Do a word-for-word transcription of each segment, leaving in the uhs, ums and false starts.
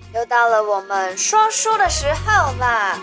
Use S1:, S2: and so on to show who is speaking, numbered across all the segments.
S1: 又到了我们说书的时候啦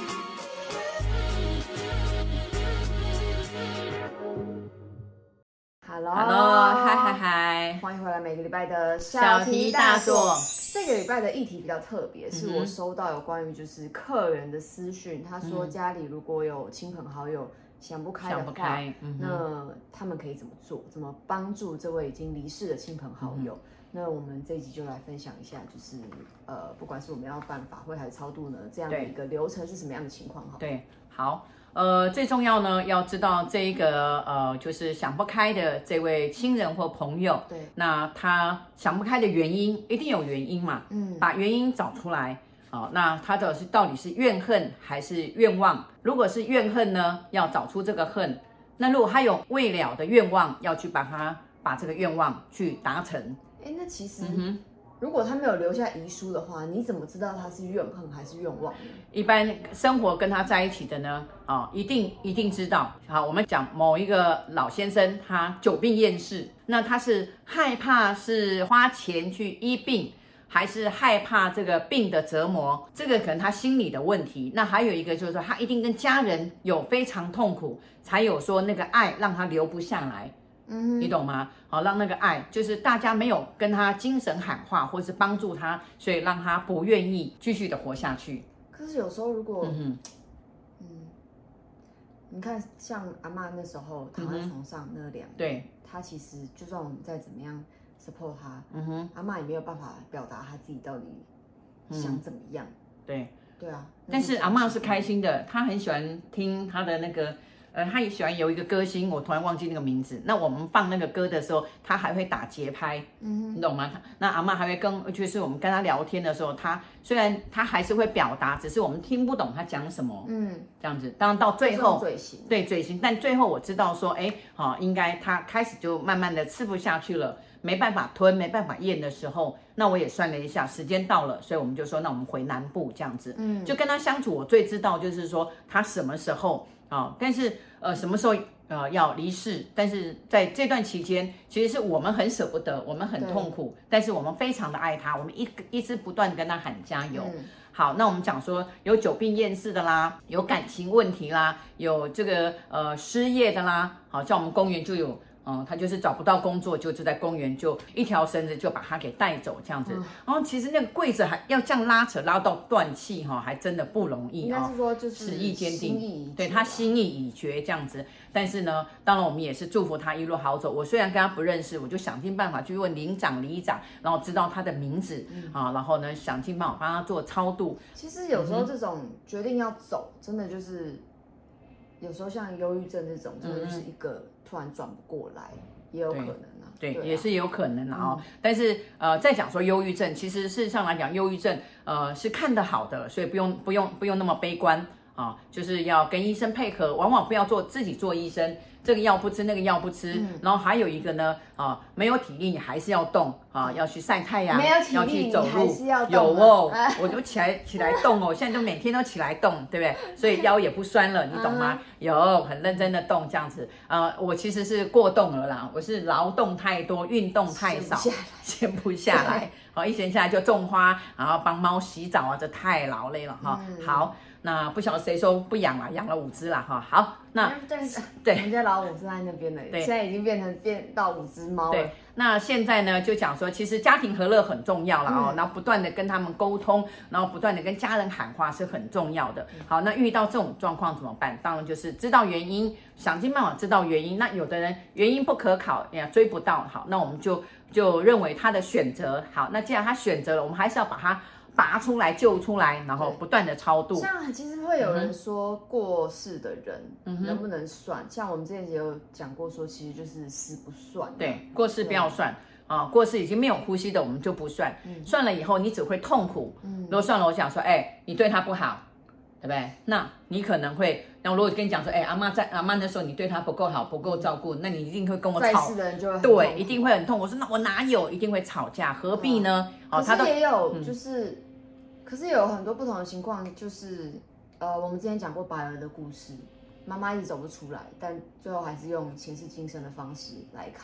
S2: ！Hello，
S3: 嗨嗨嗨，
S2: 欢迎回来每个礼拜的
S3: 小题大做。
S2: 这个礼拜的议题比较特别，是我收到有关于就是客人的私讯，他说家里如果有亲朋好友想不开的话，嗯、那他们可以怎么做？怎么帮助这位已经离世的亲朋好友？嗯、那我们这一集就来分享一下，就是呃，不管是我们要办法会还是超度呢，这样的一个流程是什么样的情况？好，
S3: 对，好。呃，最重要呢，要知道这一个呃，就是想不开的这位亲人或朋友，
S2: 对，
S3: 那他想不开的原因一定有原因嘛，嗯，把原因找出来，好、哦，那他的是到底是怨恨还是愿望？如果是怨恨呢，要找出这个恨；那如果他有未了的愿望，要去把他把这个愿望去达成。
S2: 哎，那其实。嗯如果他没有留下遗书的话，你怎么知道他是怨恨还是愿望呢？
S3: 一般生活跟他在一起的呢，啊、哦，一定一定知道。好，我们讲某一个老先生，他久病厌世，那他是害怕是花钱去医病，还是害怕这个病的折磨？这个可能他心理的问题。那还有一个就是说，他一定跟家人有非常痛苦，才有说那个爱让他留不下来。嗯，你懂吗？好，让那个爱就是大家没有跟他精神喊话，或是帮助他，所以让他不愿意继续的活下去。
S2: 可是有时候如果，嗯嗯，你看像阿嬷那时候躺在床上那两年，嗯、对，她其实就算我们再怎么样 support 她，嗯哼，阿嬷也没有办法表达她自己到底想怎么样。嗯、
S3: 对，
S2: 对啊。
S3: 但是阿嬷是开心的，她很喜欢听她的那个。呃，他也喜欢有一个歌星，我突然忘记那个名字。那我们放那个歌的时候，他还会打节拍，嗯，你懂吗？那阿嬷还会跟，就是我们跟他聊天的时候，他虽然他还是会表达，只是我们听不懂他讲什么，嗯，这样子。当然到最后，
S2: 嘴型，
S3: 对嘴型，但最后我知道说，哎，好、哦，应该他开始就慢慢的吃不下去了，没办法吞，没办法咽的时候，那我也算了一下，时间到了，所以我们就说，那我们回南部这样子，嗯，就跟他相处，我最知道就是说他什么时候。啊、哦，但是呃，什么时候呃要离世？但是在这段期间，其实是我们很舍不得，我们很痛苦，但是我们非常的爱他，我们一一直不断跟他喊加油。嗯、好，那我们讲说有久病厌世的啦，有感情问题啦，有这个呃失业的啦，好像我们公园就有。嗯，他就是找不到工作，就就在公园就一条绳子就把他给带走这样子。嗯、然后其实那个柜子还要这样拉扯拉到断气哈，还真的不容易。
S2: 应该是说就是
S3: 实意坚定，
S2: 心意
S3: 对他心意已决这样子。但是呢，当然我们也是祝福他一路好走。我虽然跟他不认识，我就想尽办法去问领长、里长，然后知道他的名字、嗯、啊，然后呢想尽办法帮他做超度。
S2: 其实有时候这种决定要走，真的就是有时候像忧郁症这种，真的就是一个。突然转不过来，也有可能啊。
S3: 对，
S2: 对啊
S3: 也是有可能啊、哦。嗯、但是呃，再讲说忧郁症，其实事实上来讲，忧郁症呃是看得好的，所以不用不用不用那么悲观啊、哦，就是要跟医生配合，往往不要做自己做医生。这个药不吃，那个药不吃，嗯、然后还有一个呢，啊，没有体力你还是要动啊，要去晒太阳，
S2: 没有体力
S3: 要去走路，
S2: 还是要动
S3: 有哦，我就起来起来动哦，现在就每天都起来动，对不对？所以腰也不酸了，你懂吗？嗯、有很认真的动这样子，呃，我其实是过动了啦，我是劳动太多，运动太少，闲不下来，好，一闲下来就种花，然后帮猫洗澡啊，这太劳累了哈。嗯、好。那不晓得谁说不养了，养了五只了哈。好，那
S2: 对，我们家老五只在那边了，现在已经变成变到五只猫了。
S3: 对，那现在呢就讲说，其实家庭和乐很重要了哦，嗯、然后不断的跟他们沟通，然后不断的跟家人喊话是很重要的。好，那遇到这种状况怎么办？当然就是知道原因，想尽办法知道原因。那有的人原因不可考，呀追不到，好，那我们就就认为他的选择好。那既然他选择了，我们还是要把他。拔出来救出来，然后不断的超度。
S2: 像其实会有人说过世的人能不能算？嗯、像我们之前也有讲过说，其实就是死不算。
S3: 对，过世不要算啊、呃，过世已经没有呼吸的我们就不算。嗯、算了以后你只会痛苦。嗯、如果算了，我想说，哎、欸，你对他不好，对不对？那你可能会，然后如果跟你讲说，哎、欸，阿嬷在阿嬷那时候你对他不够好，不够照顾，那你一定会跟我吵。
S2: 在世的人就会很
S3: 对，一定会很痛。我说那我哪有？一定会吵架，何必呢？
S2: 哦，可是也有就是。嗯可是有很多不同的情况，就是呃，我们之前讲过白儿的故事，妈妈一直走不出来，但最后还是用前世今生的方式来看。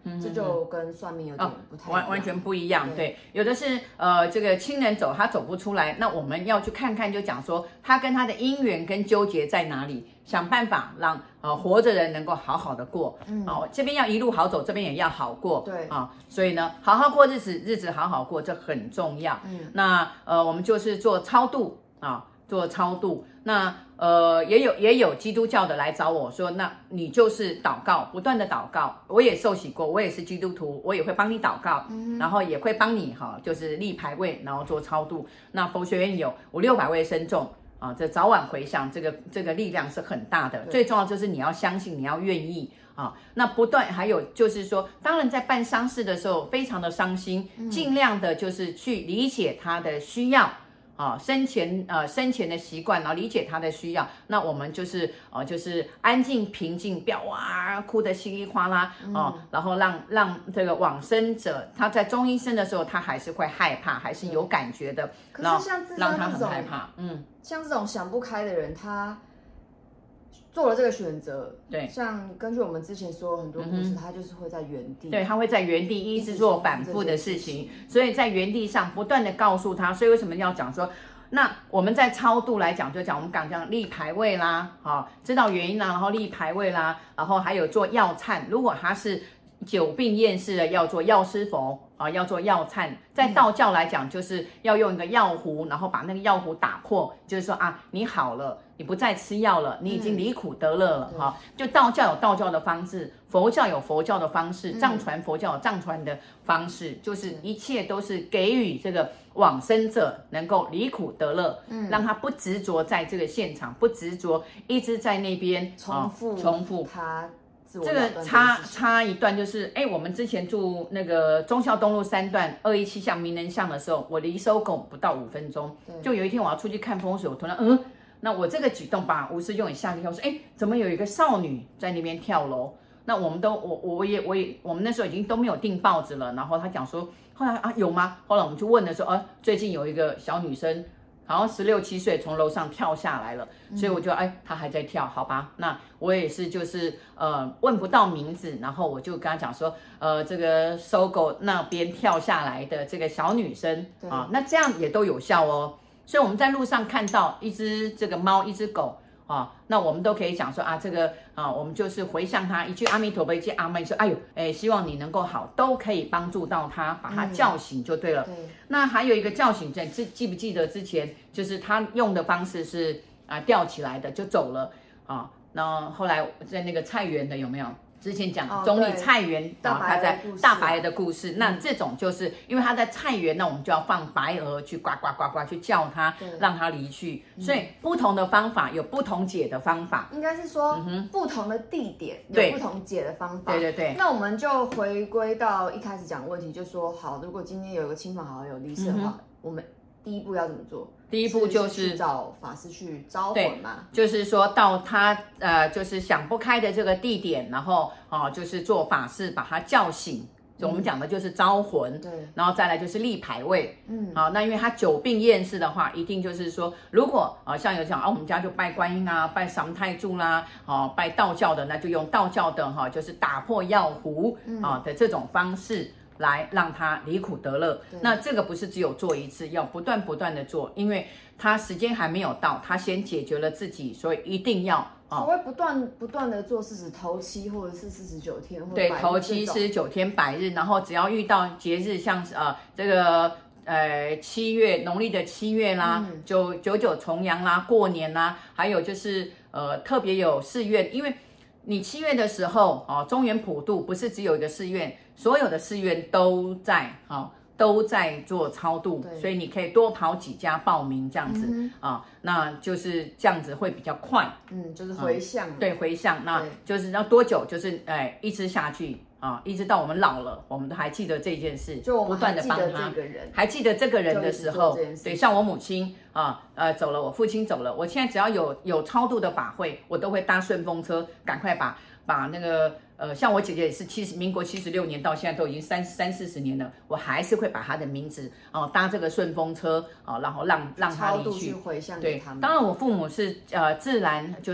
S2: 嗯、这就跟算命有点不太一样、哦、
S3: 完完全不一样。对，对有的是呃这个亲人走他走不出来，那我们要去看看，就讲说他跟他的姻缘跟纠结在哪里，想办法让呃活着人能够好好的过。嗯，哦这边要一路好走，这边也要好过。
S2: 对
S3: 啊、哦，所以呢，好好过日子，日子好好过，这很重要。嗯，那呃我们就是做超度啊。哦做超度，那呃也有也有基督教的来找我说，那你就是祷告，不断的祷告。我也受洗过，我也是基督徒，我也会帮你祷告，嗯、然后也会帮你哈，就是立牌位，然后做超度。那佛学院有五六百位僧众啊，这早晚回向，这个这个力量是很大的。最重要就是你要相信，你要愿意啊。那不断还有就是说，当然在办丧事的时候非常的伤心，嗯、尽量的就是去理解他的需要。啊，生前呃生前的习惯，然后理解他的需要，那我们就是呃就是安静平静，不要哇哭得稀里哗啦哦、嗯，然后让让这个往生者他在中阴身的时候，他还是会害怕，还是有感觉的。
S2: 可是像自
S3: 让他很害怕，嗯，
S2: 像这种想不开的人，他做了这个选择，
S3: 对，
S2: 像根据我们之前说很多故事，嗯、他就是会在原地，
S3: 对，他会在原地一直做反复的事情，所以在原地上不断的告诉他，所以为什么要讲说，那我们在超度来讲，就讲我们刚讲立牌位啦，啊，知道原因啦，然后立牌位啦，然后还有做药忏，如果他是久病厌世的，要做药师佛。啊，要做药忏，在道教来讲，就是要用一个药壶，然后把那个药壶打破，就是说啊，你好了，你不再吃药了，你已经离苦得乐了，哈、嗯。就道教有道教的方式，佛教有佛教的方式，藏传佛教有藏传的方式，就是一切都是给予这个往生者能够离苦得乐，嗯，让他不执着在这个现场，不执着一直在那边
S2: 重复、
S3: 哦、重复
S2: 他。
S3: 这个插插一段就是，哎，我们之前住那个忠孝东路三段二一七巷名人巷的时候，我离收狗不到五分钟，就有一天我要出去看风水，我突然嗯，那我这个举动把吴师兄也吓一跳，说，哎，怎么有一个少女在那边跳楼？那我们都我我也我也我们那时候已经都没有订报纸了，然后他讲说，后来啊有吗？后来我们就问的时候，啊，最近有一个小女生。好像十六七岁从楼上跳下来了，所以我就哎，他还在跳，好吧？那我也是就是呃问不到名字，然后我就跟他讲说，呃这个搜狗那边跳下来的这个小女生啊，那这样也都有效哦。所以我们在路上看到一只这个猫，一只狗。啊，那我们都可以讲说啊，这个啊，我们就是回向他一句阿弥陀佛，一句阿弥，说哎呦，哎，希望你能够好，都可以帮助到他，把他叫醒就对了。嗯、对。那还有一个叫醒，在记记不记得之前，就是他用的方式是啊吊起来的就走了啊，那后来在那个菜园的有没有？之前讲中立菜园，然后他在大白鹅的故事，那这种就是因为他在菜园，那我们就要放白鹅去呱呱呱呱去叫他，让他离去。所以不同的方法有不同解的方法，
S2: 应该是说不同的地点有不同解的方法。
S3: 对对对。
S2: 那我们就回归到一开始讲的问题，就说好，如果今天有一个亲朋好友离世的话，我们第一步要怎么做？
S3: 第一步就是
S2: 是去找法师去招魂嘛，
S3: 就是说到他呃，就是想不开的这个地点，然后哦，就是做法事把他叫醒。我们讲的就是招魂，
S2: 对、嗯，
S3: 然后再来就是立牌位，嗯，好、哦，那因为他久病厌世的话，一定就是说，如果啊、呃、像有讲啊，我们家就拜观音啊，拜三太柱啦，哦，拜道教的，那就用道教的哈、哦，就是打破药壶啊、哦、的这种方式。来让他离苦得乐，那这个不是只有做一次，要不断不断的做，因为他时间还没有到，他先解决了自己，所以一定要
S2: 所谓不断不断的做，是指头七或者是四十九天，或者
S3: 对，头七四十九天百日，然后只要遇到节日，像呃这个呃七月农历的七月啦，嗯、九九九重阳啦，过年啦，还有就是呃特别有寺院，因为你七月的时候哦，中元普渡不是只有一个寺院。所有的寺院都在啊、哦，都在做超度，所以你可以多跑几家报名这样子啊、嗯哦，那就是这样子会比较快。
S2: 嗯，就是回向、嗯。
S3: 对，回向，那就是要多久？就是哎，一直下去啊、哦，一直到我们老了，我们都还记得这件事，
S2: 就我们
S3: 不断的帮他。还记得这个人的时候，对，像我母亲啊，呃，走了，我父亲走了，我现在只要有有超度的法会，我都会搭顺风车，赶快把把那个。呃，像我姐姐也是七十，民国七十六年到现在都已经三三四十年了，我还是会把她的名字哦、呃、搭这个顺风车哦、呃，然后让让她离去。
S2: 回向
S3: 对，当然我父母是呃自然就是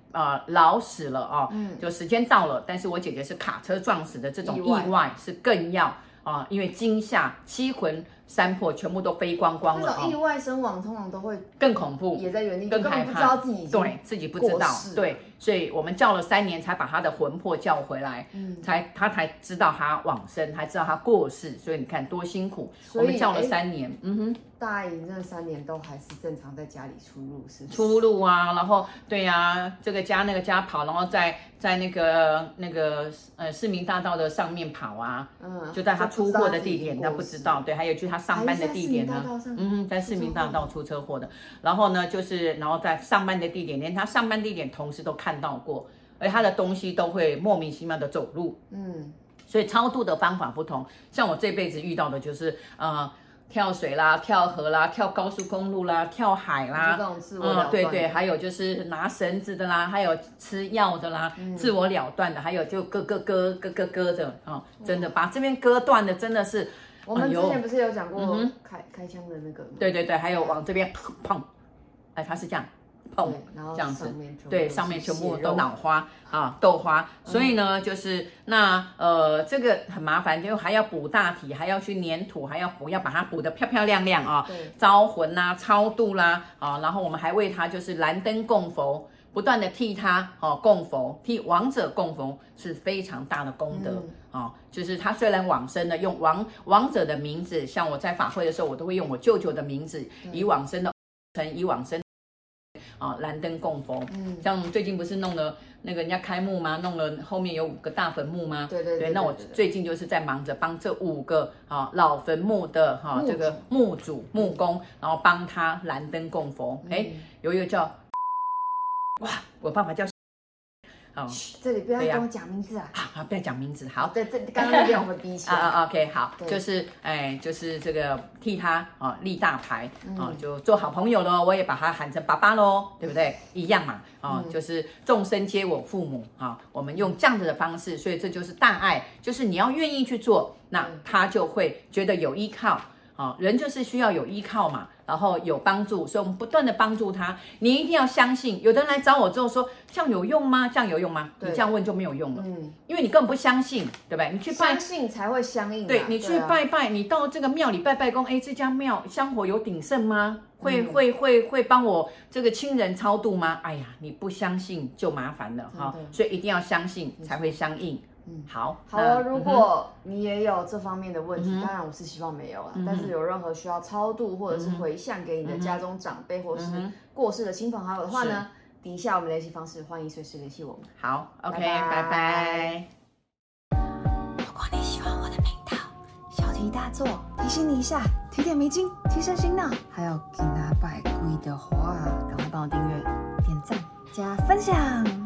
S3: 呃老死了哦，
S2: 嗯
S3: 就时间到了，但是我姐姐是卡车撞死的，这种意外, 意外是更要啊、呃，因为惊吓七魂三魄全部都飞光光了。
S2: 这种意外身亡通常都会
S3: 更恐怖，
S2: 也在原地，
S3: 更害怕，
S2: 根本不知道自己
S3: 对自己不知道，对，所以我们叫了三年才把他的魂魄叫回来，嗯，才他才知道他往生，才知道他过世，所以你看多辛苦，我们叫了三年，嗯哼。
S2: 大阿姨那三年都还是正常在家里出入，是不是？
S3: 出入啊，然后对啊，这个家那个家跑，然后在在那个那个呃市民大道的上面跑啊，嗯，就在他出货的地点，他不知道，对，还有就是他上班的地点呢，嗯，在市民大道出车祸的，然后呢就是然后在上班的地点，连他上班地点同事都看到过，而他的东西都会莫名其妙的走路，嗯，所以超度的方法不同，像我这辈子遇到的就是呃。跳水啦，跳河啦，跳高速公路啦，跳海啦，
S2: 这种自我了断的、
S3: 嗯、对对，还有就是拿绳子的啦，还有吃药的啦，嗯、自我了断的，还有就割割割割割割的啊、哦，真的把这边割断的真的是。
S2: 我们之前不是有讲过、嗯、开开枪的那个吗？
S3: 对对对，还有往这边砰，哎，他是这样。碰这样子，对，上面全部都脑花啊，豆花，所以呢，就是那呃，这个很麻烦，就还要补大体，还要去粘土，还要补，要把它补得漂漂亮亮啊，招魂啦、超度啦啊，然后我们还为他就是燃灯供佛，不断的替他哦供佛，替亡者供佛是非常大的功德啊、嗯，就是他虽然往生了，用亡亡者的名字，像我在法会的时候，我都会用我舅舅的名字，以往生的成以往生。啊，燃灯供佛，嗯，像最近不是弄了那个人家开幕吗？弄了后面有五个大坟墓吗？
S2: 对对 对, 对, 对。
S3: 那我最近就是在忙着帮这五个啊老坟墓的哈、啊、这个墓主墓公，然后帮他燃灯供佛。哎、嗯，有一个叫哇，我爸爸叫。
S2: 哦，这里不要跟我讲名字啊！
S3: 好好，不要讲名字。好，
S2: 对，这刚刚那边我会逼起来。
S3: 啊 ，OK， 好，就是哎，就是这个替他啊立大牌啊，就做好朋友咯。我也把他喊成爸爸咯，对不对？一样嘛，啊，就是众生皆我父母啊。我们用这样子的方式，所以这就是大爱，就是你要愿意去做，那他就会觉得有依靠。啊，人就是需要有依靠嘛，然后有帮助，所以我们不断的帮助他。你一定要相信，有的人来找我之后说，这样有用吗？这样有用吗？你这样问就没有用了，嗯，因为你根本不相信，对不对？你去拜，
S2: 相信才会相应、啊。
S3: 对，你去拜拜，啊、你到这个庙里拜拜公，哎，这家庙香火有鼎盛吗？会、嗯、会会会帮我这个亲人超度吗？哎呀，你不相信就麻烦了哈、哦，所以一定要相信才会相应。嗯，好，
S2: 好哦。如果你也有这方面的问题，嗯、当然我是希望没有啦、嗯。但是有任何需要超度或者是回向给你的家中长辈、嗯、或是过世的亲朋好友的话呢，底下我们联系方式，欢迎随时联系我们。
S3: 好 ，OK， 拜拜。
S1: 如果你喜欢我的频道，小题大做，提醒你一下，提点迷津，提升心脑。还有给他拜跪的话，赶快帮我订阅、点赞、加分享。